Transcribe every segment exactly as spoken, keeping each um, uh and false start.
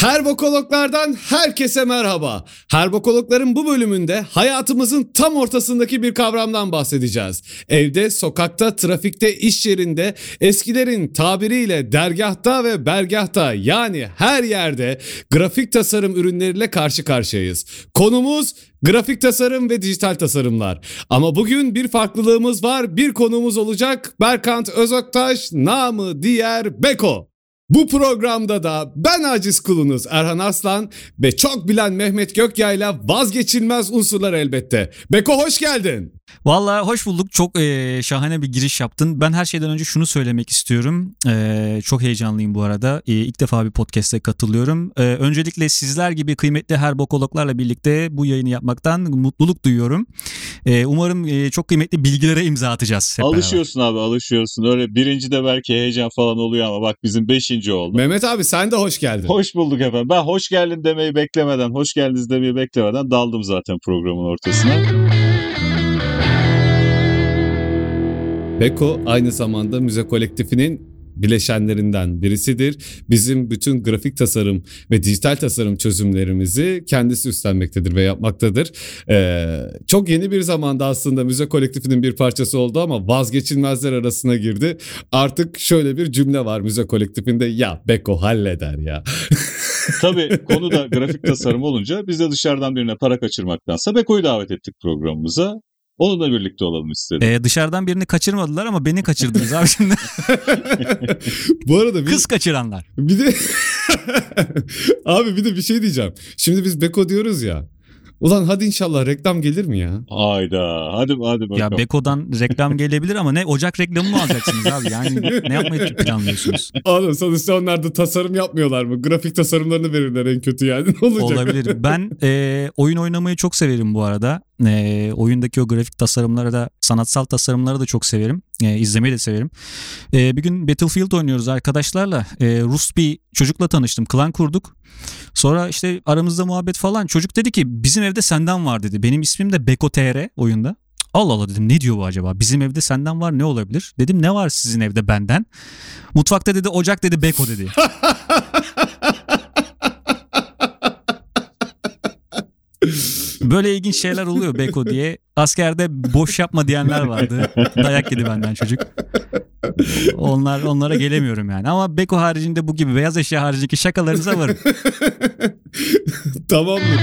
Herbokologlardan herkese merhaba. Herbokologların bu bölümünde hayatımızın tam ortasındaki bir kavramdan bahsedeceğiz. Evde, sokakta, trafikte, iş yerinde, eskilerin tabiriyle dergahta ve bergahta, yani her yerde grafik tasarım ürünleriyle karşı karşıyayız. Konumuz grafik tasarım ve dijital tasarımlar. Ama bugün bir farklılığımız var, bir konuğumuz olacak. Berkant Özoktaş, namı diğer Beko. Bu programda da ben aciz kulunuz Erhan Arslan ve çok bilen Mehmet Gökyay'la vazgeçilmez unsurlar elbette. Beko hoş geldin. Vallahi hoş bulduk. Çok e, şahane bir giriş yaptın. Ben her şeyden önce şunu söylemek istiyorum. E, çok heyecanlıyım bu arada. E, ilk defa bir podcast'e katılıyorum. E, öncelikle sizler gibi kıymetli herbokologlarla birlikte bu yayını yapmaktan mutluluk duyuyorum. E, umarım e, çok kıymetli bilgilere imza atacağız. Alışıyorsun beraber. Abi alışıyorsun. Öyle birinci de belki heyecan falan oluyor ama bak bizim beşinci oldu. Mehmet abi sen de hoş geldin. Hoş bulduk efendim. Ben hoş geldin demeyi beklemeden, hoş geldiniz demeyi beklemeden daldım zaten programın ortasına. Beko aynı zamanda müze kolektifinin bileşenlerinden birisidir. Bizim bütün grafik tasarım ve dijital tasarım çözümlerimizi kendisi üstlenmektedir ve yapmaktadır. Ee, çok yeni bir zamanda aslında müze kolektifinin bir parçası oldu ama vazgeçilmezler arasına girdi. Artık şöyle bir cümle var müze kolektifinde: ya Beko halleder ya. Tabii konu da grafik tasarım olunca biz de dışarıdan birine para kaçırmaktansa Beko'yu davet ettik programımıza. Onunla birlikte olalım istedim. Ee, dışarıdan birini kaçırmadılar ama beni kaçırdınız abi şimdi. Bu arada bir, kız kaçıranlar. Bir de abi bir de bir şey diyeceğim. Şimdi biz Beko diyoruz ya. Ulan hadi inşallah reklam gelir mi ya? Hayda. Hadi hadi bakalım. Ya Beko'dan reklam gelebilir ama ne ocak reklamı mı alacaksınız abi? Yani ne yapmayı planlıyorsunuz? Oğlum sonuçta onlar da tasarım yapmıyorlar mı? Grafik tasarımlarını verirler en kötü yani. Ne olacak? Olabilir. Ben e, oyun oynamayı çok severim bu arada. E, oyundaki o grafik tasarımları da, sanatsal tasarımları da çok severim. E, izlemeyi de severim. E, bir gün Battlefield oynuyoruz arkadaşlarla. E, Rus bir çocukla tanıştım. Klan kurduk. Sonra işte aramızda muhabbet falan. Çocuk dedi ki bizim evde senden var dedi. Benim ismim de Beko T R oyunda. Allah Allah dedim, ne diyor bu acaba? Bizim evde senden var ne olabilir? Dedim ne var sizin evde benden? Mutfakta dedi ocak dedi Beko dedi. Böyle ilginç şeyler oluyor Beko diye. Askerde boş yapma diyenler vardı. Dayak yedi benden çocuk. Onlar onlara gelemiyorum yani. Ama Beko haricinde bu gibi beyaz eşya haricindeki şakalarınıza varım. Tamam mı?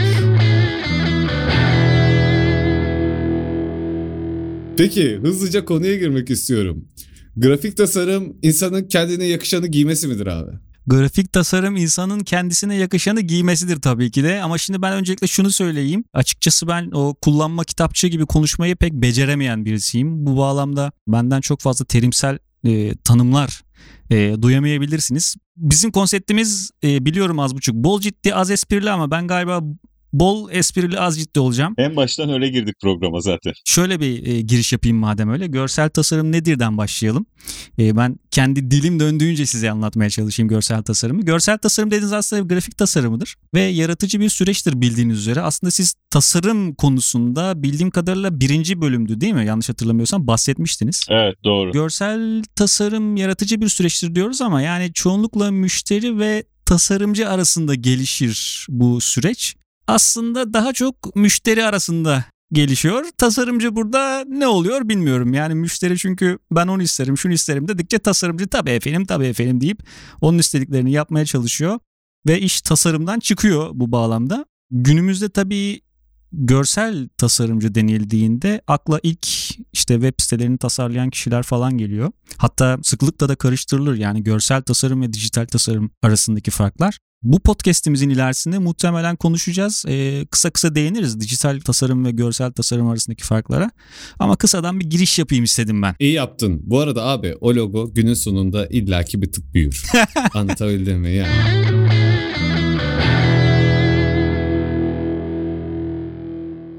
Peki hızlıca konuya girmek istiyorum. Grafik tasarım insanın kendine yakışanı giymesi midir abi? Grafik tasarım insanın kendisine yakışanı giymesidir tabii ki de. Ama şimdi ben öncelikle şunu söyleyeyim. Açıkçası ben o kullanma kitapçığı gibi konuşmayı pek beceremeyen birisiyim. Bu bağlamda benden çok fazla terimsel e, tanımlar e, duyamayabilirsiniz. Bizim konseptimiz e, biliyorum az buçuk bol ciddi az esprili ama ben galiba bol esprili az ciddi olacağım. En baştan öyle girdik programa zaten. Şöyle bir e, giriş yapayım madem öyle. Görsel tasarım nedirden başlayalım. E, ben kendi dilim döndüğünce size anlatmaya çalışayım görsel tasarımı. Görsel tasarım dediğiniz aslında bir grafik tasarımıdır. Ve yaratıcı bir süreçtir bildiğiniz üzere. Aslında siz tasarım konusunda bildiğim kadarıyla birinci bölümdü değil mi? Yanlış hatırlamıyorsam bahsetmiştiniz. Evet doğru. Görsel tasarım yaratıcı bir süreçtir diyoruz ama yani çoğunlukla müşteri ve tasarımcı arasında gelişir bu süreç. Aslında daha çok müşteri arasında gelişiyor. Tasarımcı burada ne oluyor bilmiyorum. Yani müşteri çünkü ben onu isterim, şunu isterim dedikçe tasarımcı tabii efendim, tabii efendim deyip onun istediklerini yapmaya çalışıyor. Ve iş tasarımdan çıkıyor bu bağlamda. Günümüzde tabii görsel tasarımcı denildiğinde akla ilk işte web sitelerini tasarlayan kişiler falan geliyor. Hatta sıklıkla da karıştırılır yani görsel tasarım ve dijital tasarım arasındaki farklar. Bu podcast'imizin ilerisinde muhtemelen konuşacağız. Ee, kısa kısa değiniriz dijital tasarım ve görsel tasarım arasındaki farklara. Ama kısadan bir giriş yapayım istedim ben. İyi yaptın. Bu arada abi o logo günün sonunda illaki bir tık büyür. Anlatabildim mi yani?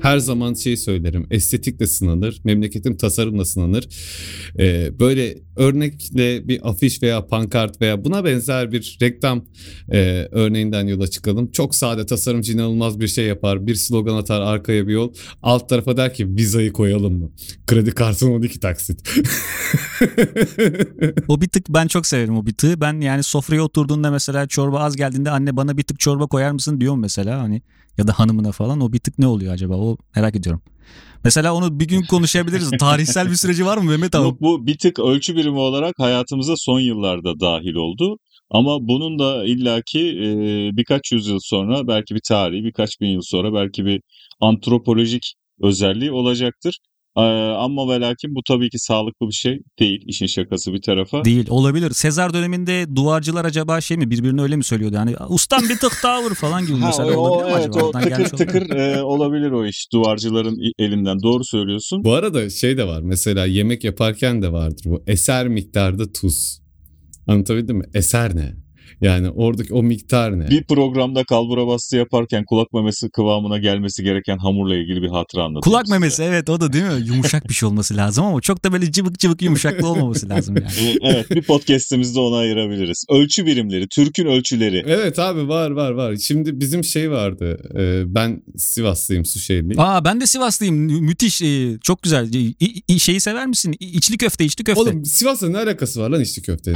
her zaman şey söylerim. Estetikle sınanır, memleketim tasarımla sınanır. Ee, böyle örnekle bir afiş veya pankart veya buna benzer bir reklam e, örneğinden yola çıkalım. Çok sade, tasarımcı inanılmaz bir şey yapar. Bir slogan atar, arkaya bir yol. Alt tarafa der ki vizayı koyalım mı? Kredi kartın on iki taksit. O bir tık ben çok severim o bir tığı. Ben yani sofraya oturduğunda mesela çorba az geldiğinde anne bana bir tık çorba koyar mısın diyorum mesela hani ya da hanımına falan. O bir tık ne oluyor acaba? O merak ediyorum. Mesela onu bir gün konuşabiliriz. Tarihsel bir süreci var mı Mehmet abi? Yok, bu bir tık ölçü birimi olarak hayatımıza son yıllarda dahil oldu. Ama bunun da illaki e, birkaç yüzyıl sonra, belki bir tarihi, birkaç bin yıl sonra belki bir antropolojik özelliği olacaktır. Ee, ama ve lakin bu tabii ki sağlıklı bir şey değil. İşin şakası bir tarafa. Değil, olabilir. Sezar döneminde duvarcılar acaba şey mi, birbirini öyle mi söylüyordu? Yani ustam bir tık daha vur falan gibi Ha, mesela o, olabilir mi evet, acaba? o Oradan tıkır gelmiş olabilir mi? tıkır e, olabilir o iş duvarcıların elinden. Doğru söylüyorsun. Bu arada şey de var. Mesela yemek yaparken de vardır bu. Eser miktarda tuz. Anlatabildim mi? Eser ne? Yani oradaki o miktar ne? Bir programda kalbura bastı yaparken kulak memesi kıvamına gelmesi gereken hamurla ilgili bir hatıra anlatayım Kulak size. memesi, evet, o da değil mi? Yumuşak bir şey olması lazım ama çok da böyle cıvık cıvık yumuşaklı olmaması lazım yani. E, Evet, bir podcast'imizde ona ayırabiliriz. Ölçü birimleri, Türk'ün ölçüleri. Evet abi, var var var. Şimdi bizim şey vardı. e, ben Sivaslıyım, Suşehirliyim. Aa, ben de Sivaslıyım. Mü- Müthiş. e, Çok güzel. İ- i- şeyi sever misin? İ- İçli köfte, içli köfte. Oğlum Sivas'la ne alakası var lan içli köftenin?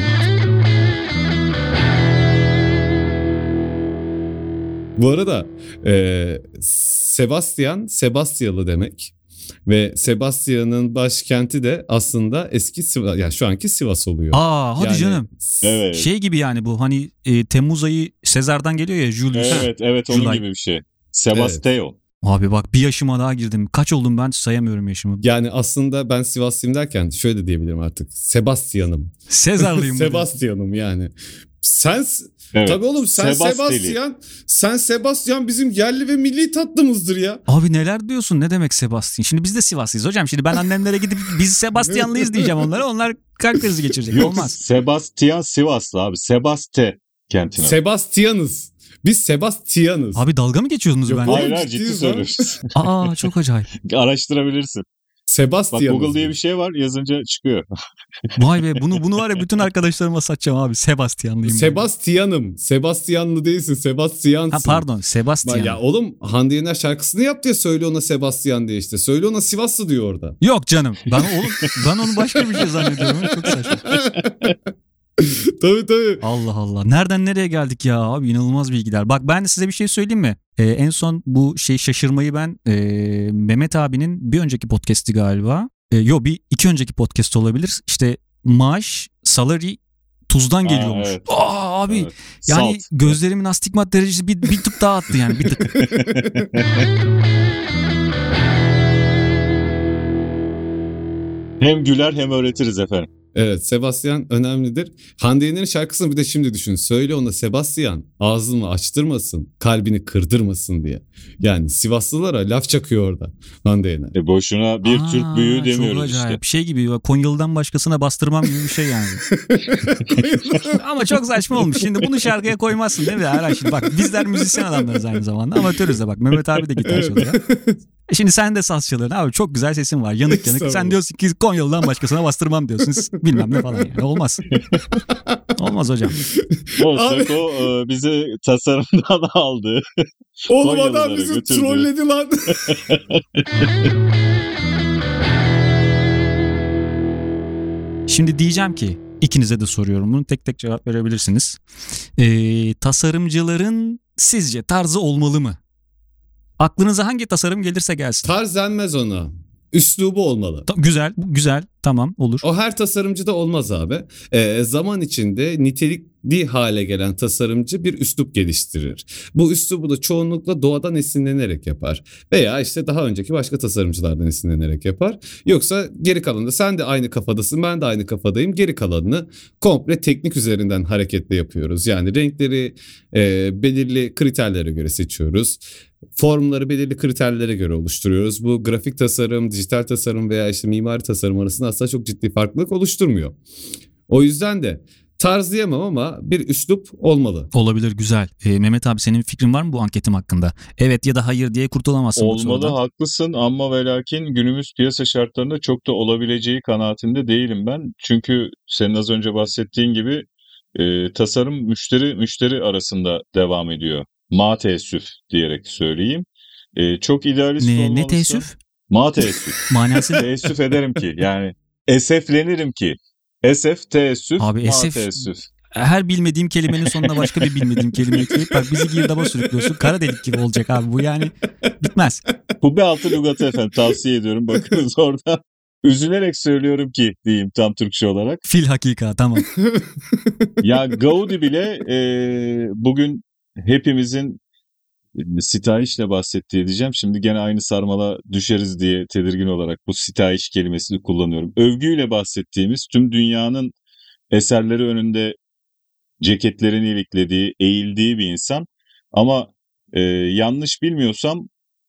Bu arada e, Sebastian, Sebastyalı demek. Ve Sebastian'ın başkenti de aslında eski Sivas, yani şu anki Sivas oluyor. Aa, hadi Yani canım. Evet. Şey gibi yani bu hani e, Temmuz ayı Sezar'dan geliyor ya, Julius. Evet, evet, onun July. gibi bir şey. Sebasteo. Abi bak, bir yaşıma daha girdim. Kaç oldum ben sayamıyorum yaşımı. Yani aslında ben Sivaslıyım derken şöyle de diyebilirim artık. Sebastian'ım. Sezarlıyım. dedim. Sebastian'ım yani. Sen Evet. tabii oğlum sen Sebasteli. Sebastian, sen Sebastian bizim yerli ve milli tatlımızdır ya. Abi neler diyorsun? Ne demek Sebastian? Şimdi biz de Sivaslıyız hocam. Şimdi ben annemlere gidip biz Sebastianlıyız diyeceğim onlara. Onlar kalp krizi geçirecek. Yok, Olmaz. Sebastian Sivaslı abi. Sebaste kentine. Sebastianız. Biz Sebastianız. Abi dalga mı geçiyorsunuz Yok, benimle? Hayır hayır, ciddiyiz ciddi lan. söylüyoruz. Aa, çok acayip. Araştırabilirsin. Bak, Sebastianız. Google diye bir şey var, yazınca çıkıyor. Vay be, bunu bunu var ya bütün arkadaşlarıma satacağım abi. Sebastianlıyım. ben. Sebastian'ım. Sebastianlı değilsin. Sebastiansın. Ha pardon, Sebastian. Ya oğlum, Hande Yener şarkısını yap diye söyle ona Sebastian diye işte. Söyle ona Sivaslı diyor orada. Yok canım. Ben oğlum ben onu başka bir şey zannediyorum. Çok saçma. Tabii tabii. Allah Allah. Nereden nereye geldik ya abi, inanılmaz bilgiler. Bak ben de size bir şey söyleyeyim mi? Ee, en son bu şey şaşırmayı ben e, Mehmet abinin bir önceki podcast'i galiba. E, yo bir iki önceki podcast olabilir. İşte maaş, salary tuzdan geliyormuş. Aa, evet. Aa abi Evet. yani Salt. gözlerimin astigmat derecesi bir, bir tık daha attı yani bir tık. Hem güler hem öğretiriz efendim. Evet, Sebastian önemlidir. Hande Yener'in şarkısını bir de şimdi düşün. Söyle ona Sebastian ağzını açtırmasın, kalbini kırdırmasın diye. Yani Sivaslılara laf çakıyor orada Hande Yener. E boşuna bir Aa, Türk büyüğü çok demiyoruz acayip. işte. Şey gibi Konyalı'dan başkasına bastırmam gibi bir şey yani. Ama çok saçma olmuş. Şimdi bunu şarkıya koymazsın değil mi? Her ay şimdi bak, bizler müzisyen adamlarız aynı zamanda. Amatörüz de bak. Mehmet abi de gitar çalıyor. E şimdi sen de saz çalıyorsun abi, çok güzel sesin var, yanık yanık. Sen diyorsun ki Konyalı'dan başkasına bastırmam diyorsun. Bilmem ne falan yani. Olmaz. Olmaz hocam. Olsak o e, bizi tasarımdan aldı. Oğlum Konyalılara adam bizi götürdü. trolledi lan. Şimdi diyeceğim ki ikinize de soruyorum bunu, tek tek cevap verebilirsiniz. Ee, tasarımcıların sizce tarzı olmalı mı? Aklınıza hangi tasarım gelirse gelsin. Tarz denmez ona. Üslubu olmalı. Ta- güzel, güzel, tamam, olur. O her tasarımcıda olmaz abi. Ee, zaman içinde nitelikli hale gelen tasarımcı bir üslup geliştirir. Bu üslubu da çoğunlukla doğadan esinlenerek yapar. Veya işte daha önceki başka tasarımcılardan esinlenerek yapar. Yoksa geri kalanında sen de aynı kafadasın, ben de aynı kafadayım. Geri kalanını komple teknik üzerinden hareketle yapıyoruz. Yani renkleri e, belirli kriterlere göre seçiyoruz. Formları belirli kriterlere göre oluşturuyoruz. Bu grafik tasarım, dijital tasarım veya işte mimari tasarım arasında aslında çok ciddi farklılık oluşturmuyor. O yüzden de tarz diyemem ama bir üslup olmalı. Olabilir, güzel. Ee, Mehmet abi senin fikrin var mı bu anketim hakkında? Evet ya da hayır diye kurtulamazsın bu Olmalı, sorudan. haklısın ama ve lakin günümüz piyasa şartlarında çok da olabileceği kanaatinde değilim ben. Çünkü senin az önce bahsettiğin gibi e, tasarım müşteri müşteri arasında devam ediyor. Ma teessüf diyerek söyleyeyim. E, çok idealist Ne, olmalısın. ne teessüf? Ma teessüf. Manası ne? Teessüf ederim ki yani eseflenirim ki. Esef, teessüf, Abi ma esef. teessüf. Her bilmediğim kelimenin sonuna başka bir bilmediğim kelime ekleyip bak bizi girdaba sürüklüyorsun. Kara delik gibi olacak abi bu, yani bitmez. Bu bir altı lügatı efendim, tavsiye ediyorum. Bakınız orada. Üzülerek söylüyorum ki diyeyim tam Türkçe olarak. Fil hakika, tamam. Ya Gaudi bile e, bugün hepimizin sitayişle bahsettiği diyeceğim. Şimdi gene aynı sarmala düşeriz diye tedirgin olarak bu sitayiş kelimesini kullanıyorum. Övgüyle bahsettiğimiz, tüm dünyanın eserleri önünde ceketlerini iliklediği, eğildiği bir insan. Ama e, yanlış bilmiyorsam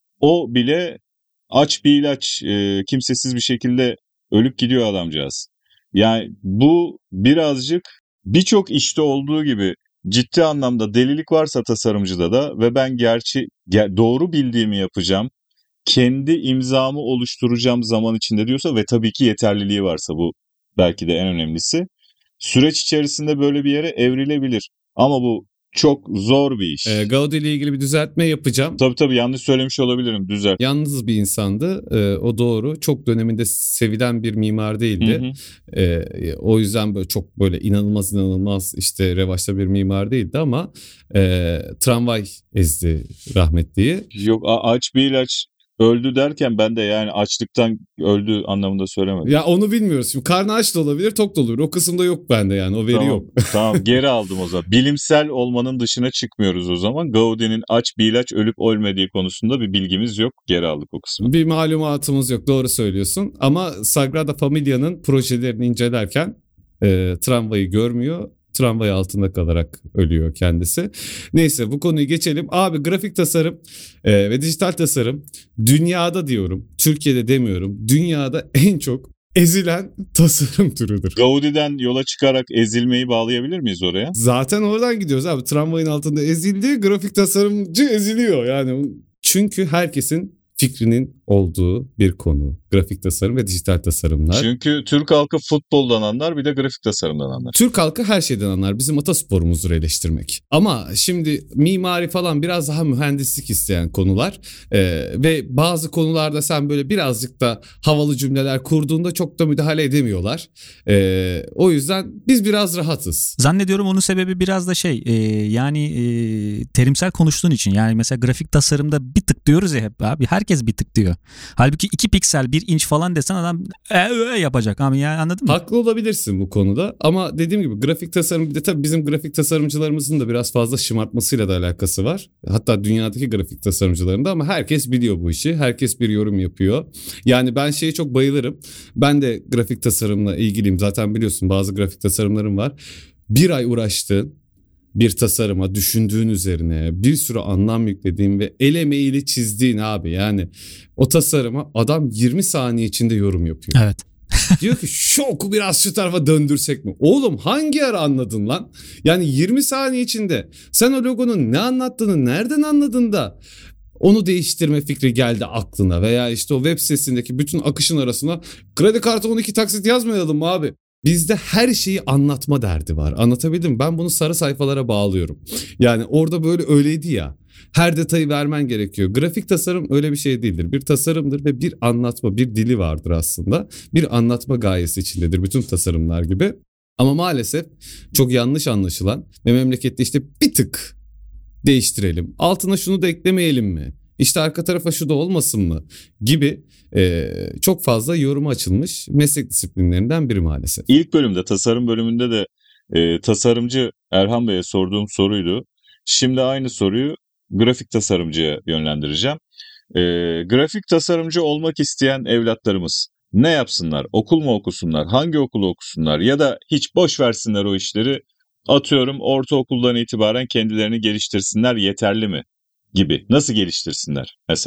o bile aç bir ilaç, e, kimsesiz bir şekilde ölüp gidiyor adamcağız. Yani bu birazcık birçok işte olduğu gibi ciddi anlamda delilik varsa tasarımcıda da ve ben gerçi ger- doğru bildiğimi yapacağım, kendi imzamı oluşturacağım zaman içinde diyorsa ve tabii ki yeterliliği varsa, bu belki de en önemlisi. Süreç içerisinde böyle bir yere evrilebilir. Ama bu çok zor bir iş. E, Gaudi ile ilgili bir düzeltme yapacağım. Tabii tabii yanlış söylemiş olabilirim. Düzelt. Yalnız bir insandı. E, o doğru. Çok döneminde sevilen bir mimar değildi. Hı hı. E, o yüzden böyle çok böyle inanılmaz inanılmaz işte revaçta bir mimar değildi ama e, tramvay ezdi rahmetliyi. Yok, a- aç bir ilaç öldü derken ben de yani açlıktan öldü anlamında söylemedim. Ya onu bilmiyoruz. Şimdi karnı aç da olabilir, tok da olabilir. O kısımda yok bende yani. O veri Tamam, yok. tamam geri aldım o zaman. Bilimsel olmanın dışına çıkmıyoruz o zaman. Gaudi'nin aç bir ilaç ölüp ölmediği konusunda bir bilgimiz yok. Geri aldık o kısmı. Bir malumatımız yok. Doğru söylüyorsun. Ama Sagrada Familia'nın projelerini incelerken e, tramvayı görmüyor. Tramvay altında kalarak ölüyor kendisi. Neyse bu konuyu geçelim. Abi grafik tasarım e, ve dijital tasarım dünyada diyorum, Türkiye'de demiyorum. Dünyada en çok ezilen tasarım türüdür. Gaudi'den yola çıkarak ezilmeyi bağlayabilir miyiz oraya? Zaten oradan gidiyoruz abi. Tramvayın altında ezildi, grafik tasarımcı eziliyor yani. Çünkü herkesin fikrinin olduğu bir konu. Grafik tasarım ve dijital tasarımlar. Çünkü Türk halkı futboldan anlar, bir de grafik tasarımdan anlar. Türk halkı her şeyden anlar. Bizim atasporumuzdur eleştirmek. Ama şimdi mimari falan biraz daha mühendislik isteyen konular. Ee, ve bazı konularda sen böyle birazcık da havalı cümleler kurduğunda çok da müdahale edemiyorlar. Ee, o yüzden biz biraz rahatız. Zannediyorum onun sebebi biraz da şey e, yani e, terimsel konuştuğun için. Yani mesela grafik tasarımda bir tık diyoruz ya hep abi, herkes bir tık diyor. Halbuki iki piksel bir inç falan desen adam e, e, yapacak ama yani, anladın mı? Haklı olabilirsin bu konuda ama dediğim gibi grafik tasarım, bir de tabii bizim grafik tasarımcılarımızın da biraz fazla şımartmasıyla da alakası var. Hatta dünyadaki grafik tasarımcıların da, ama herkes biliyor bu işi. Herkes bir yorum yapıyor. Yani ben şeye çok bayılırım. Ben de grafik tasarımla ilgiliyim. Zaten biliyorsun bazı grafik tasarımlarım var. Bir ay uğraştığın bir tasarıma, düşündüğün üzerine bir sürü anlam yüklediğin ve el emeğiyle çizdiğin abi, yani o tasarıma adam yirmi saniye içinde yorum yapıyor. Evet. Diyor ki şu oku biraz şu tarafa döndürsek mi? Oğlum hangi ara anladın lan? Yani yirmi saniye içinde sen o logonun ne anlattığını nereden anladın da onu değiştirme fikri geldi aklına, veya işte o web sitesindeki bütün akışın arasına kredi kartı on iki taksit yazmayalım mı abi? Bizde her şeyi anlatma derdi var. Anlatabildim mi? Ben bunu sarı sayfalara bağlıyorum. Yani orada böyle öyleydi ya. Her detayı vermen gerekiyor. Grafik tasarım öyle bir şey değildir. Bir tasarımdır ve bir anlatma, bir dili vardır aslında. Bir anlatma gayesi içindedir bütün tasarımlar gibi. Ama maalesef çok yanlış anlaşılan ve memlekette işte bir tık değiştirelim, altına şunu da eklemeyelim mi? İşte arka tarafa şu da olmasın mı? Gibi e, çok fazla yoruma açılmış meslek disiplinlerinden biri maalesef. İlk bölümde, tasarım bölümünde de e, tasarımcı Erhan Bey'e sorduğum soruydu. Şimdi aynı soruyu grafik tasarımcıya yönlendireceğim. E, grafik tasarımcı olmak isteyen evlatlarımız ne yapsınlar? Okul mu okusunlar? Hangi okulu okusunlar? Ya da hiç boş versinler o işleri? Atıyorum ortaokuldan itibaren kendilerini geliştirsinler, yeterli mi? Gibi. Nasıl geliştirsinler mesela?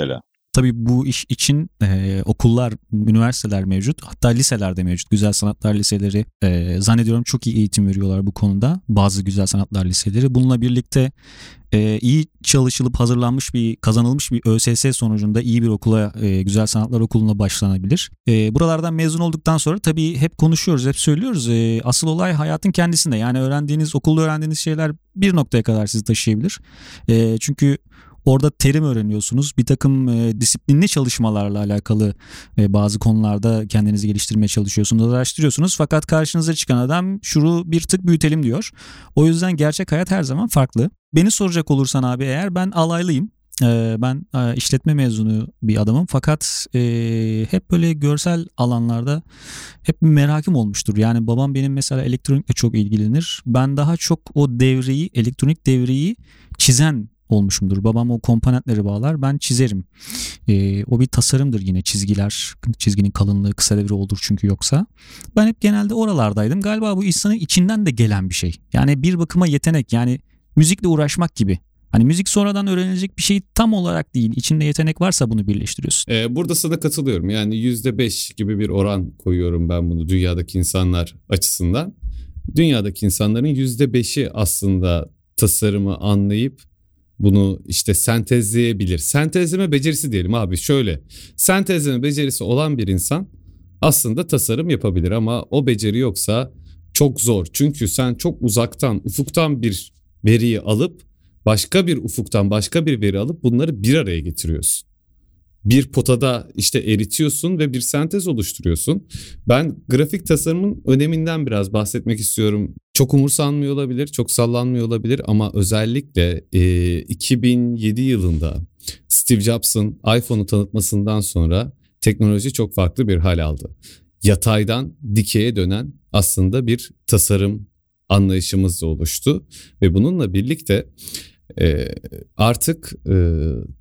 Tabii bu iş için e, okullar, üniversiteler mevcut. Hatta liseler de mevcut. Güzel sanatlar liseleri e, zannediyorum çok iyi eğitim veriyorlar bu konuda. Bazı güzel sanatlar liseleri. Bununla birlikte e, iyi çalışılıp hazırlanmış bir, kazanılmış bir ÖSS sonucunda iyi bir okula, e, güzel sanatlar okuluna başlanabilir. E, buralardan mezun olduktan sonra tabii hep konuşuyoruz, hep söylüyoruz. E, asıl olay hayatın kendisinde. Yani öğrendiğiniz, okulda öğrendiğiniz şeyler bir noktaya kadar sizi taşıyabilir. E, çünkü orada terim öğreniyorsunuz. Bir takım e, disiplinli çalışmalarla alakalı e, bazı konularda kendinizi geliştirmeye çalışıyorsunuz, araştırıyorsunuz. Fakat karşınıza çıkan adam şunu bir tık büyütelim diyor. O yüzden gerçek hayat her zaman farklı. Beni soracak olursan abi, eğer ben alaylıyım. E, ben e, işletme mezunu bir adamım. Fakat e, hep böyle görsel alanlarda hep bir merakım olmuştur. Yani babam benim mesela elektronikle çok ilgilenir. Ben daha çok o devreyi, elektronik devreyi çizen olmuşumdur. Babam o komponentleri bağlar, ben çizerim. Ee, o bir tasarımdır yine, çizgiler, çizginin kalınlığı kısa devre olur çünkü yoksa. Ben hep genelde oralardaydım. Galiba bu insanın içinden de gelen bir şey. Yani bir bakıma yetenek, yani müzikle uğraşmak gibi. Hani müzik sonradan öğrenilecek bir şey tam olarak değil. İçinde yetenek varsa bunu birleştiriyorsun. Ee, burada sana katılıyorum. Yani yüzde beş gibi bir oran koyuyorum ben bunu dünyadaki insanlar açısından. Dünyadaki insanların yüzde beşi aslında tasarımı anlayıp bunu işte sentezleyebilir. Sentezleme becerisi diyelim abi, şöyle. Sentezleme becerisi olan bir insan aslında tasarım yapabilir ama o beceri yoksa çok zor. Çünkü sen çok uzaktan, ufuktan bir veriyi alıp başka bir ufuktan başka bir veri alıp bunları bir araya getiriyorsun. Bir potada işte eritiyorsun ve bir sentez oluşturuyorsun. Ben grafik tasarımın öneminden biraz bahsetmek istiyorum. Çok umursanmıyor olabilir, çok sallanmıyor olabilir ama özellikle e, iki bin yedi yılında Steve Jobs'ın iPhone'u tanıtmasından sonra teknoloji çok farklı bir hal aldı. Yataydan dikeye dönen aslında bir tasarım anlayışımız da oluştu ve bununla birlikte e, artık e,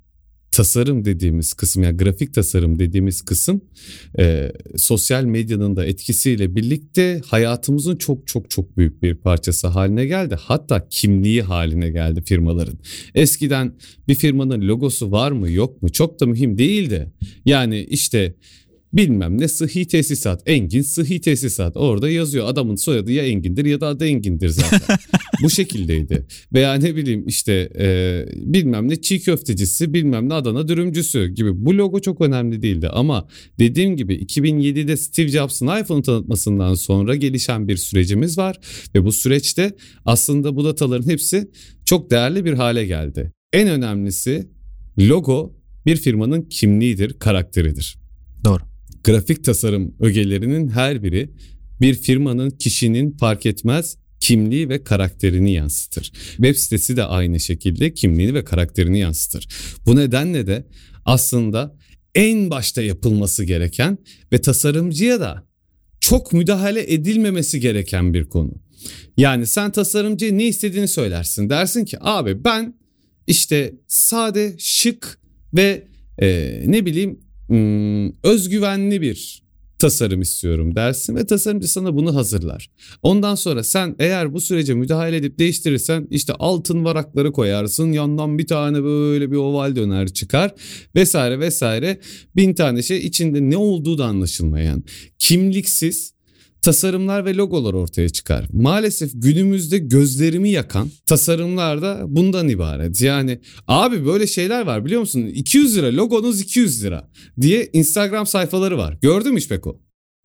tasarım dediğimiz kısım, yani grafik tasarım dediğimiz kısım e, sosyal medyanın da etkisiyle birlikte hayatımızın çok çok çok büyük bir parçası haline geldi. Hatta kimliği haline geldi firmaların. Eskiden bir firmanın logosu var mı yok mu çok da mühim değildi. Yani işte bilmem ne sıhhi tesisat, Engin sıhhi tesisat, orada yazıyor. Adamın soyadı ya Engin'dir ya da adı Engin'dir zaten. Bu şekildeydi. Veya ne bileyim işte e, bilmem ne çiğ köftecisi, bilmem ne Adana dürümcüsü gibi. Bu logo çok önemli değildi ama dediğim gibi iki bin yedide Steve Jobs'ın iPhone tanıtmasından sonra gelişen bir sürecimiz var ve bu süreçte aslında bu dataların hepsi çok değerli bir hale geldi. En önemlisi logo bir firmanın kimliğidir, karakteridir. Doğru. Grafik tasarım ögelerinin her biri bir firmanın, kişinin fark etmez kimliği ve karakterini yansıtır. Web sitesi de aynı şekilde kimliğini ve karakterini yansıtır. Bu nedenle de aslında en başta yapılması gereken ve tasarımcıya da çok müdahale edilmemesi gereken bir konu. Yani sen tasarımcıya ne istediğini söylersin. Dersin ki abi ben işte sade, şık ve e, ne bileyim Hmm, özgüvenli bir tasarım istiyorum dersin ve tasarımcı sana bunu hazırlar. Ondan sonra sen eğer bu sürece müdahale edip değiştirirsen işte altın varakları koyarsın, yandan bir tane böyle bir oval döner çıkar vesaire vesaire, bin tane şey, içinde ne olduğu da anlaşılmayan kimliksiz tasarımlar ve logolar ortaya çıkar. Maalesef günümüzde gözlerimi yakan tasarımlar da bundan ibaret. Yani abi böyle şeyler var biliyor musun? iki yüz lira logonuz, iki yüz lira diye Instagram sayfaları var. Gördün mü hiç Beko?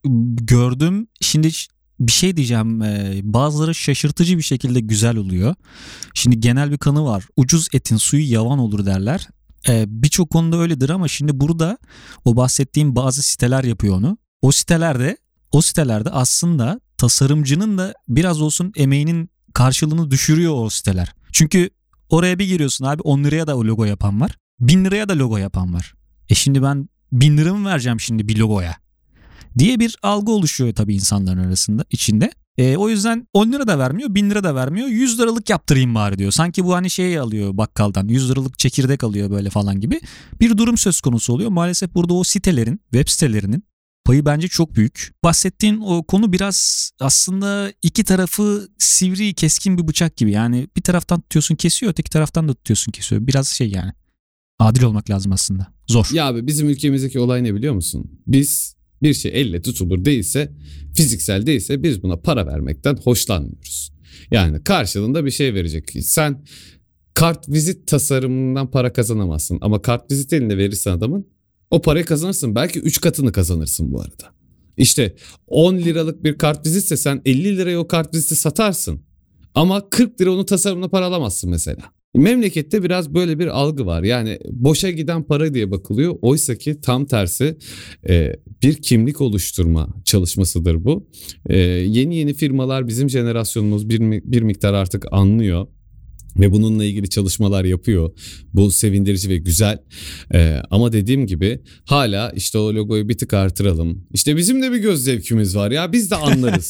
Gördüm. Şimdi bir şey diyeceğim. Bazıları şaşırtıcı bir şekilde güzel oluyor. Şimdi genel bir kanı var. Ucuz etin suyu yavan olur derler. Birçok konuda öyledir ama şimdi burada o bahsettiğim bazı siteler yapıyor onu. O sitelerde O sitelerde aslında tasarımcının da biraz olsun emeğinin karşılığını düşürüyor o siteler. Çünkü oraya bir giriyorsun abi, on liraya da o logo yapan var. bin liraya da logo yapan var. E şimdi ben bin lira mı vereceğim şimdi bir logoya diye bir algı oluşuyor tabii insanların arasında, içinde. E, o yüzden on lira da vermiyor, bin lira da vermiyor. yüz liralık yaptırayım bari diyor. Sanki bu hani şey alıyor bakkaldan, yüz liralık çekirdek alıyor böyle falan gibi bir durum söz konusu oluyor. Maalesef burada o sitelerin, web sitelerinin payı bence çok büyük. Bahsettiğin o konu biraz aslında iki tarafı sivri, keskin bir bıçak gibi. Yani bir taraftan tutuyorsun kesiyor, öteki taraftan da tutuyorsun kesiyor. Biraz şey yani. Adil olmak lazım aslında. Zor. Ya abi bizim ülkemizdeki olay ne biliyor musun? Biz bir şey elle tutulur değilse, fiziksel değilse biz buna para vermekten hoşlanmıyoruz. Yani karşılığında bir şey verecek. Sen kart vizit tasarımından para kazanamazsın. Ama kart vizit eline verirsen adamın o parayı kazanırsın. Belki üç katını kazanırsın bu arada. İşte on liralık bir kart vizitse sen elli liraya o kart viziti satarsın. Ama kırk lira onun tasarımına para alamazsın mesela. Memlekette biraz böyle bir algı var. Yani boşa giden para diye bakılıyor. Oysa ki tam tersi e, bir kimlik oluşturma çalışmasıdır bu. E, yeni yeni firmalar bizim jenerasyonumuz bir, bir miktar artık anlıyor. Ve bununla ilgili çalışmalar yapıyor. Bu sevindirici ve güzel. Ee, ama dediğim gibi hala işte o logoyu bir tık artıralım. İşte bizim de bir göz zevkimiz var ya, biz de anlarız.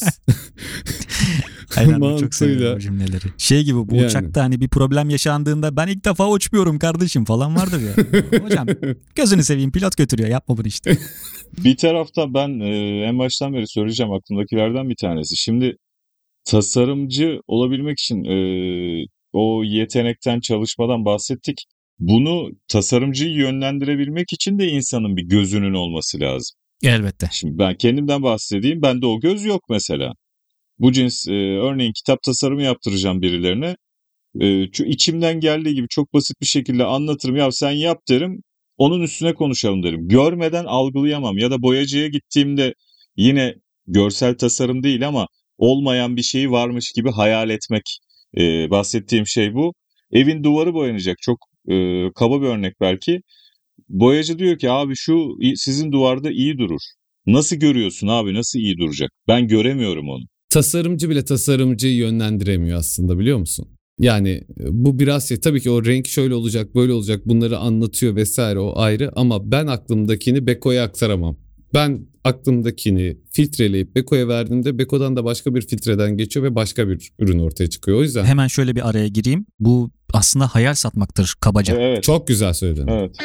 Aynen, ben çok seviyorum o cümleleri. Şey gibi bu Yani. Uçakta hani bir problem yaşandığında ben ilk defa uçmuyorum kardeşim falan vardır ya. Hocam gözünü seveyim, pilot götürüyor, yapma bunu işte. Bir tarafta ben e, en baştan beri söyleyeceğim, aklımdakilerden bir tanesi. Şimdi tasarımcı olabilmek için e, o yetenekten, çalışmadan bahsettik. Bunu tasarımcıyı yönlendirebilmek için de insanın bir gözünün olması lazım. Elbette. Şimdi ben kendimden bahsedeyim. Bende o göz yok mesela. Bu cins e, örneğin kitap tasarımı yaptıracağım birilerine. E, şu içimden geldiği gibi çok basit bir şekilde anlatırım. Ya sen yap derim. Onun üstüne konuşalım derim. Görmeden algılayamam. Ya da boyacıya gittiğimde yine görsel tasarım değil ama olmayan bir şeyi varmış gibi hayal etmek. E, bahsettiğim şey bu. Evin duvarı boyanacak. Çok e, kaba bir örnek belki. Boyacı diyor ki abi şu sizin duvarda iyi durur. Nasıl görüyorsun abi, nasıl iyi duracak? Ben göremiyorum onu. Tasarımcı bile tasarımcıyı yönlendiremiyor aslında, biliyor musun? Yani bu biraz şey, tabii ki o renk şöyle olacak böyle olacak bunları anlatıyor vesaire, o ayrı, ama ben aklımdakini Beko'ya aktaramam. Ben aklımdakini filtreleyip Beko'ya verdiğimde Beko'dan da başka bir filtreden geçiyor ve başka bir ürün ortaya çıkıyor. O yüzden hemen şöyle bir araya gireyim. Bu aslında hayal satmaktır kabaca. Evet. Çok güzel söyledin. Evet.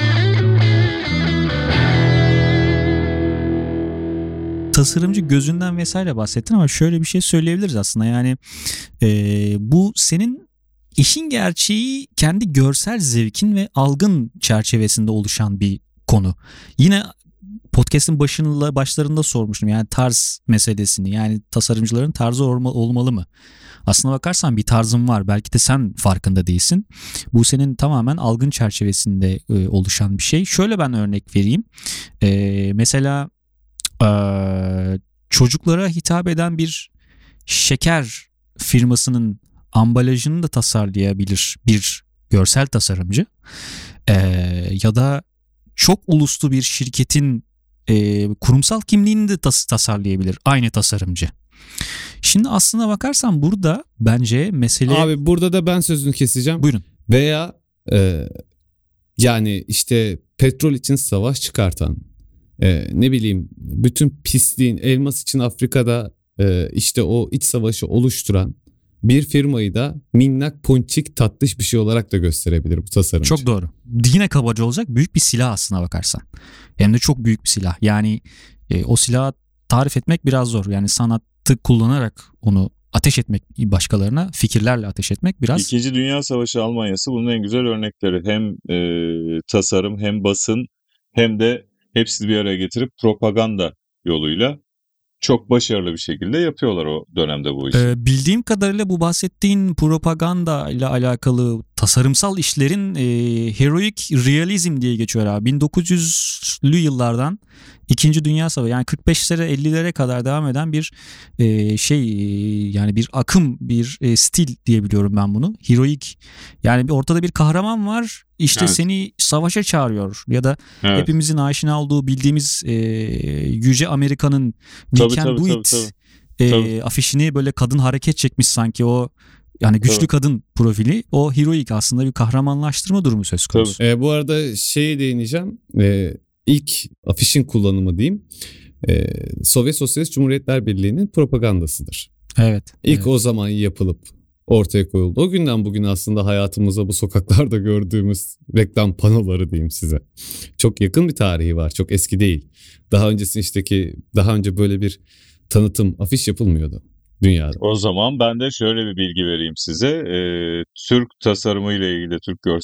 Tasarımcı gözünden vesaire bahsettin ama şöyle bir şey söyleyebiliriz aslında. Yani e, bu senin işin gerçeği kendi görsel zevkin ve algın çerçevesinde oluşan bir konu. Yine podcast'ın başında, başlarında sormuştum yani tarz meselesini. Yani tasarımcıların tarzı olma, olmalı mı? Aslına bakarsan bir tarzın var. Belki de sen farkında değilsin. Bu senin tamamen algın çerçevesinde e, oluşan bir şey. Şöyle ben örnek vereyim. E, mesela e, çocuklara hitap eden bir şeker firmasının ambalajını da tasarlayabilir bir görsel tasarımcı. E, ya da çok uluslu bir şirketin e, kurumsal kimliğini de tas- tasarlayabilir aynı tasarımcı. Şimdi aslına bakarsan burada bence mesele... Abi burada da ben sözünü keseceğim. Buyurun. Veya e, yani işte petrol için savaş çıkartan, e, ne bileyim bütün pisliğin, elmas için Afrika'da e, işte o iç savaşı oluşturan bir firmayı da minnak, ponçik, tatlış bir şey olarak da gösterebilir bu tasarımcı. Çok doğru. Yine kabaca olacak, büyük bir silah aslına bakarsan. Hem de çok büyük bir silah. Yani e, o silahı tarif etmek biraz zor. Yani sanatı kullanarak onu ateş etmek başkalarına, fikirlerle ateş etmek biraz... İkinci Dünya Savaşı Almanya'sı bunun en güzel örnekleri. Hem e, tasarım hem basın hem de hepsini bir araya getirip propaganda yoluyla çok başarılı bir şekilde yapıyorlar o dönemde bu işi. Ee, bildiğim kadarıyla bu bahsettiğin propaganda ile alakalı tasarımsal işlerin e, heroic realizm diye geçiyor abi. bin dokuz yüzlü yıllardan İkinci Dünya Savaşı, yani kırk beşlere ellilere kadar devam eden bir e, şey e, yani bir akım, bir e, stil diyebiliyorum ben bunu. Heroic, yani bir ortada bir kahraman var. İşte Evet. seni savaşa çağırıyor ya da Evet. hepimizin aşina olduğu bildiğimiz e, Yüce Amerika'nın We Tabii, Can tabii, Do tabii, It tabii. e, Tabii. afişini böyle kadın hareket çekmiş sanki, o yani güçlü Tabii. kadın profili, o heroic aslında bir kahramanlaştırma durumu söz konusu. E, bu arada şeye değineceğim. E, ilk afişin kullanımı diyeyim. E, Sovyet Sosyalist Cumhuriyetler Birliği'nin propagandasıdır. Evet. İlk evet. o zaman yapılıp ortaya koyuldu. O günden bugün aslında hayatımıza bu sokaklarda gördüğümüz reklam panoları diyeyim size. Çok yakın bir tarihi var. Çok eski değil. Daha öncesinde işteki daha önce böyle bir tanıtım afiş yapılmıyordu dünyada. O zaman ben de şöyle bir bilgi vereyim size. Ee, Türk tasarımı ile ilgili, Türk görsel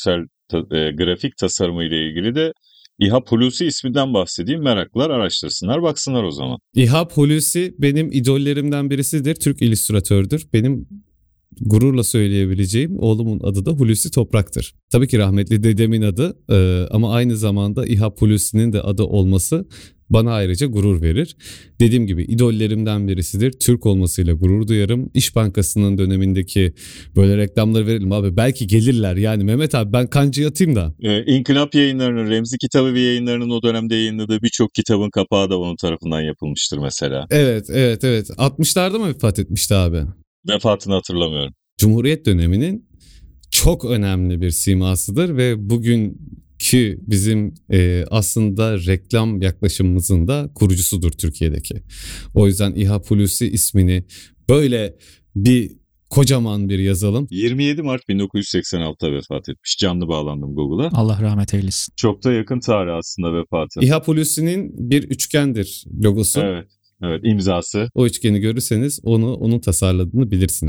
ta- e, grafik tasarımı ile ilgili de İHA Hulusi isminden bahsedeyim. Meraklılar araştırsınlar, baksınlar o zaman. İHA Hulusi benim idollerimden birisidir. Türk illüstratördür. Benim gururla söyleyebileceğim oğlumun adı da Hulusi Toprak'tır. Tabii ki rahmetli dedemin adı e, ama aynı zamanda İHA Hulusi'nin de adı olması bana ayrıca gurur verir. Dediğim gibi idollerimden birisidir. Türk olmasıyla gurur duyarım. İş Bankası'nın dönemindeki böyle reklamları verelim abi. Belki gelirler yani Mehmet abi ben kanca yatayım da. Ee, İnkılap Yayınları'nın, Remzi Kitabı ve Yayınları'nın o dönemde yayınladığı birçok kitabın kapağı da onun tarafından yapılmıştır mesela. Evet evet evet. altmışlarda mı vefat etmişti abi? Vefatını hatırlamıyorum. Cumhuriyet döneminin çok önemli bir simasıdır ve bugünkü bizim e, aslında reklam yaklaşımımızın da kurucusudur Türkiye'deki. O yüzden İHA Hulusi ismini böyle bir kocaman bir yazalım. yirmi yedi Mart bin dokuz yüz seksen altıda vefat etmiş. Canlı bağlandım Google'a. Allah rahmet eylesin. Çok da yakın tarih aslında vefatı. İHA Hulusi'nin bir üçgendir logosu. Evet. Evet, imzası. O üçgeni görürseniz onu onun tasarladığını bilirsiniz.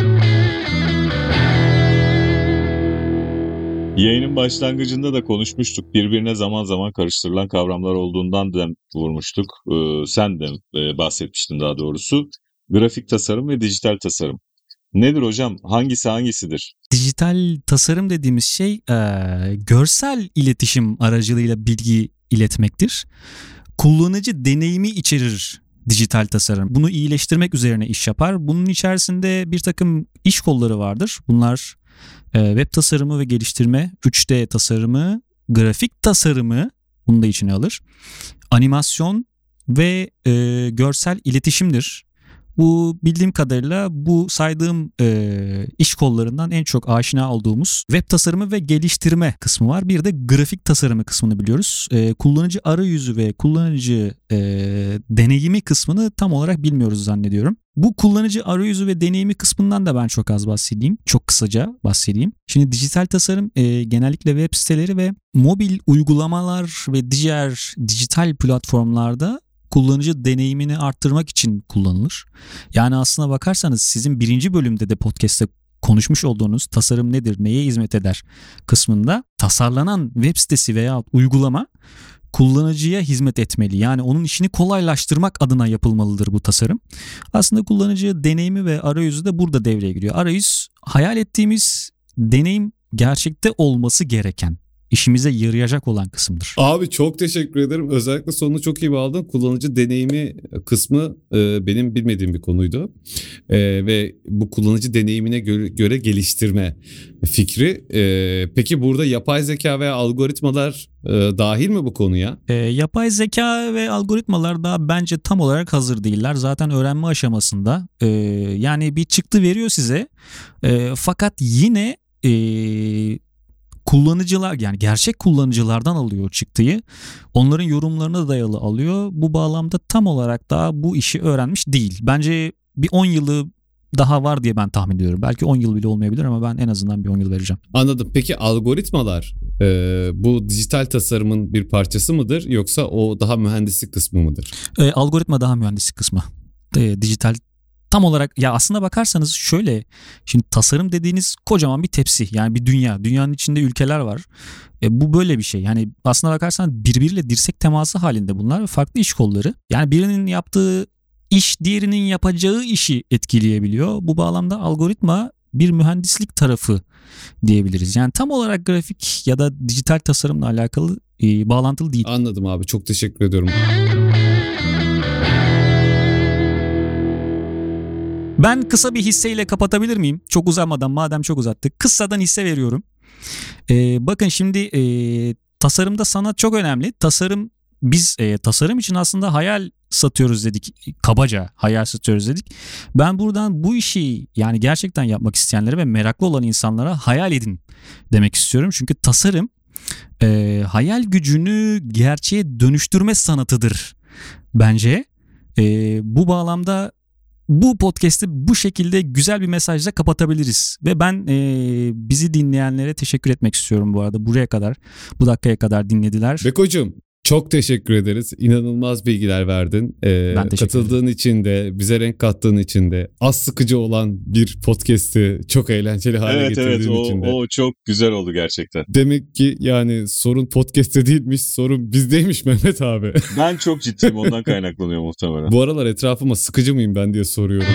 Yayının başlangıcında da konuşmuştuk. Birbirine zaman zaman karıştırılan kavramlar olduğundan da vurmuştuk. Ee, sen de e, bahsetmiştin daha doğrusu. Grafik tasarım ve dijital tasarım. Nedir hocam? Hangisi hangisidir? Dijital tasarım dediğimiz şey e, görsel iletişim aracılığıyla bilgi iletmektir. Kullanıcı deneyimi içerir dijital tasarım. Bunu iyileştirmek üzerine iş yapar. Bunun içerisinde bir takım iş kolları vardır. Bunlar e, web tasarımı ve geliştirme, üç D tasarımı, grafik tasarımı bunu da içine alır. Animasyon ve e, görsel iletişimdir. Bu bildiğim kadarıyla bu saydığım e, iş kollarından en çok aşina olduğumuz web tasarımı ve geliştirme kısmı var. Bir de grafik tasarımı kısmını biliyoruz. E, kullanıcı arayüzü ve kullanıcı e, deneyimi kısmını tam olarak bilmiyoruz zannediyorum. Bu kullanıcı arayüzü ve deneyimi kısmından da ben çok az bahsedeyim. Çok kısaca bahsedeyim. Şimdi dijital tasarım e, genellikle web siteleri ve mobil uygulamalar ve diğer dijital platformlarda kullanıcı deneyimini arttırmak için kullanılır. Yani aslına bakarsanız sizin birinci bölümde de podcast'te konuşmuş olduğunuz tasarım nedir, neye hizmet eder kısmında tasarlanan web sitesi veya uygulama kullanıcıya hizmet etmeli. Yani onun işini kolaylaştırmak adına yapılmalıdır bu tasarım. Aslında kullanıcı deneyimi ve arayüzü de burada devreye giriyor. Arayüz hayal ettiğimiz deneyim gerçekte olması gereken, işimize yarayacak olan kısımdır. Abi çok teşekkür ederim. Özellikle sonunu çok iyi bağladın. Kullanıcı deneyimi kısmı e, benim bilmediğim bir konuydu. E, ve bu kullanıcı deneyimine göre, göre geliştirme fikri. E, peki burada yapay zeka veya algoritmalar e, dahil mi bu konuya? E, yapay zeka ve algoritmalar da bence tam olarak hazır değiller. Zaten öğrenme aşamasında. E, yani bir çıktı veriyor size. E, fakat yine E, kullanıcılar yani gerçek kullanıcılardan alıyor çıktıyı. Onların yorumlarına dayalı alıyor. Bu bağlamda tam olarak daha bu işi öğrenmiş değil. Bence bir on yılı daha var diye ben tahmin ediyorum. Belki on yıl bile olmayabilir ama ben en azından bir on yıl vereceğim. Anladım. Peki algoritmalar e, bu dijital tasarımın bir parçası mıdır yoksa o daha mühendislik kısmı mıdır? E, algoritma daha mühendislik kısmı. E, dijital tam olarak ya aslına bakarsanız şöyle, şimdi tasarım dediğiniz kocaman bir tepsi, yani bir dünya, dünyanın içinde ülkeler var. E, bu böyle bir şey, yani aslına bakarsanız birbiriyle dirsek teması halinde bunlar, farklı iş kolları. Yani birinin yaptığı iş diğerinin yapacağı işi etkileyebiliyor. Bu bağlamda algoritma bir mühendislik tarafı diyebiliriz. Yani tam olarak grafik ya da dijital tasarımla alakalı e, bağlantılı değil. Anladım abi, çok teşekkür ediyorum. Ben kısa bir hisseyle kapatabilir miyim? Çok uzamadan, madem çok uzattık. Kıssadan hisse veriyorum. Ee, bakın şimdi e, tasarımda sanat çok önemli. Tasarım, biz e, tasarım için aslında hayal satıyoruz dedik. Kabaca hayal satıyoruz dedik. Ben buradan bu işi yani gerçekten yapmak isteyenlere ve meraklı olan insanlara hayal edin demek istiyorum. Çünkü tasarım e, hayal gücünü gerçeğe dönüştürme sanatıdır bence. E, bu bağlamda bu podcast'i bu şekilde güzel bir mesajla kapatabiliriz. Ve ben e, bizi dinleyenlere teşekkür etmek istiyorum bu arada. Buraya kadar, bu dakikaya kadar dinlediler. Beko'cum, Çok teşekkür ederiz. İnanılmaz bilgiler verdin. Ee, Ben teşekkür katıldığın için de, bize renk kattığın için de, az sıkıcı olan bir podcast'i çok eğlenceli hale Evet getirdiğin evet o, için de. o çok güzel oldu gerçekten. Demek ki yani sorun podcast'te değilmiş, sorun bizdeymiş Mehmet abi. Ben çok ciddiyim, ondan kaynaklanıyor muhtemelen. Bu aralar etrafıma sıkıcı mıyım ben diye soruyorum.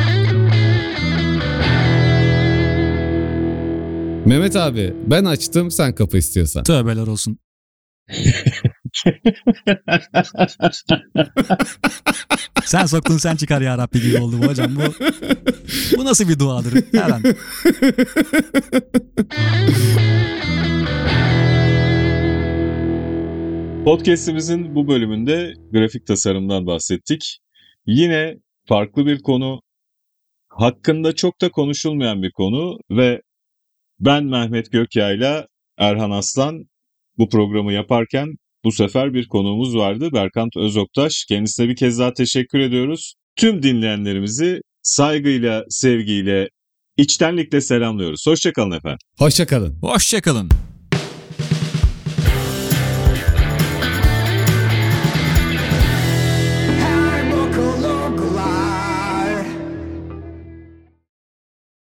Mehmet abi, ben açtım, sen kapı istiyorsan. Tövbeler olsun. Sen soktun sen çıkar ya Rabbi gibi oldu bu hocam. Bu, bu nasıl bir duadır? Her an. Podcast'imizin bu bölümünde grafik tasarımdan bahsettik. Yine farklı bir konu, hakkında çok da konuşulmayan bir konu ve ben Mehmet Gökyay'la Erhan Aslan bu programı yaparken bu sefer bir konuğumuz vardı. Berkant Özoktaş. Kendisine bir kez daha teşekkür ediyoruz. Tüm dinleyenlerimizi saygıyla, sevgiyle, içtenlikle selamlıyoruz. Hoşça kalın efendim. Hoşça kalın. Hoşçakalın.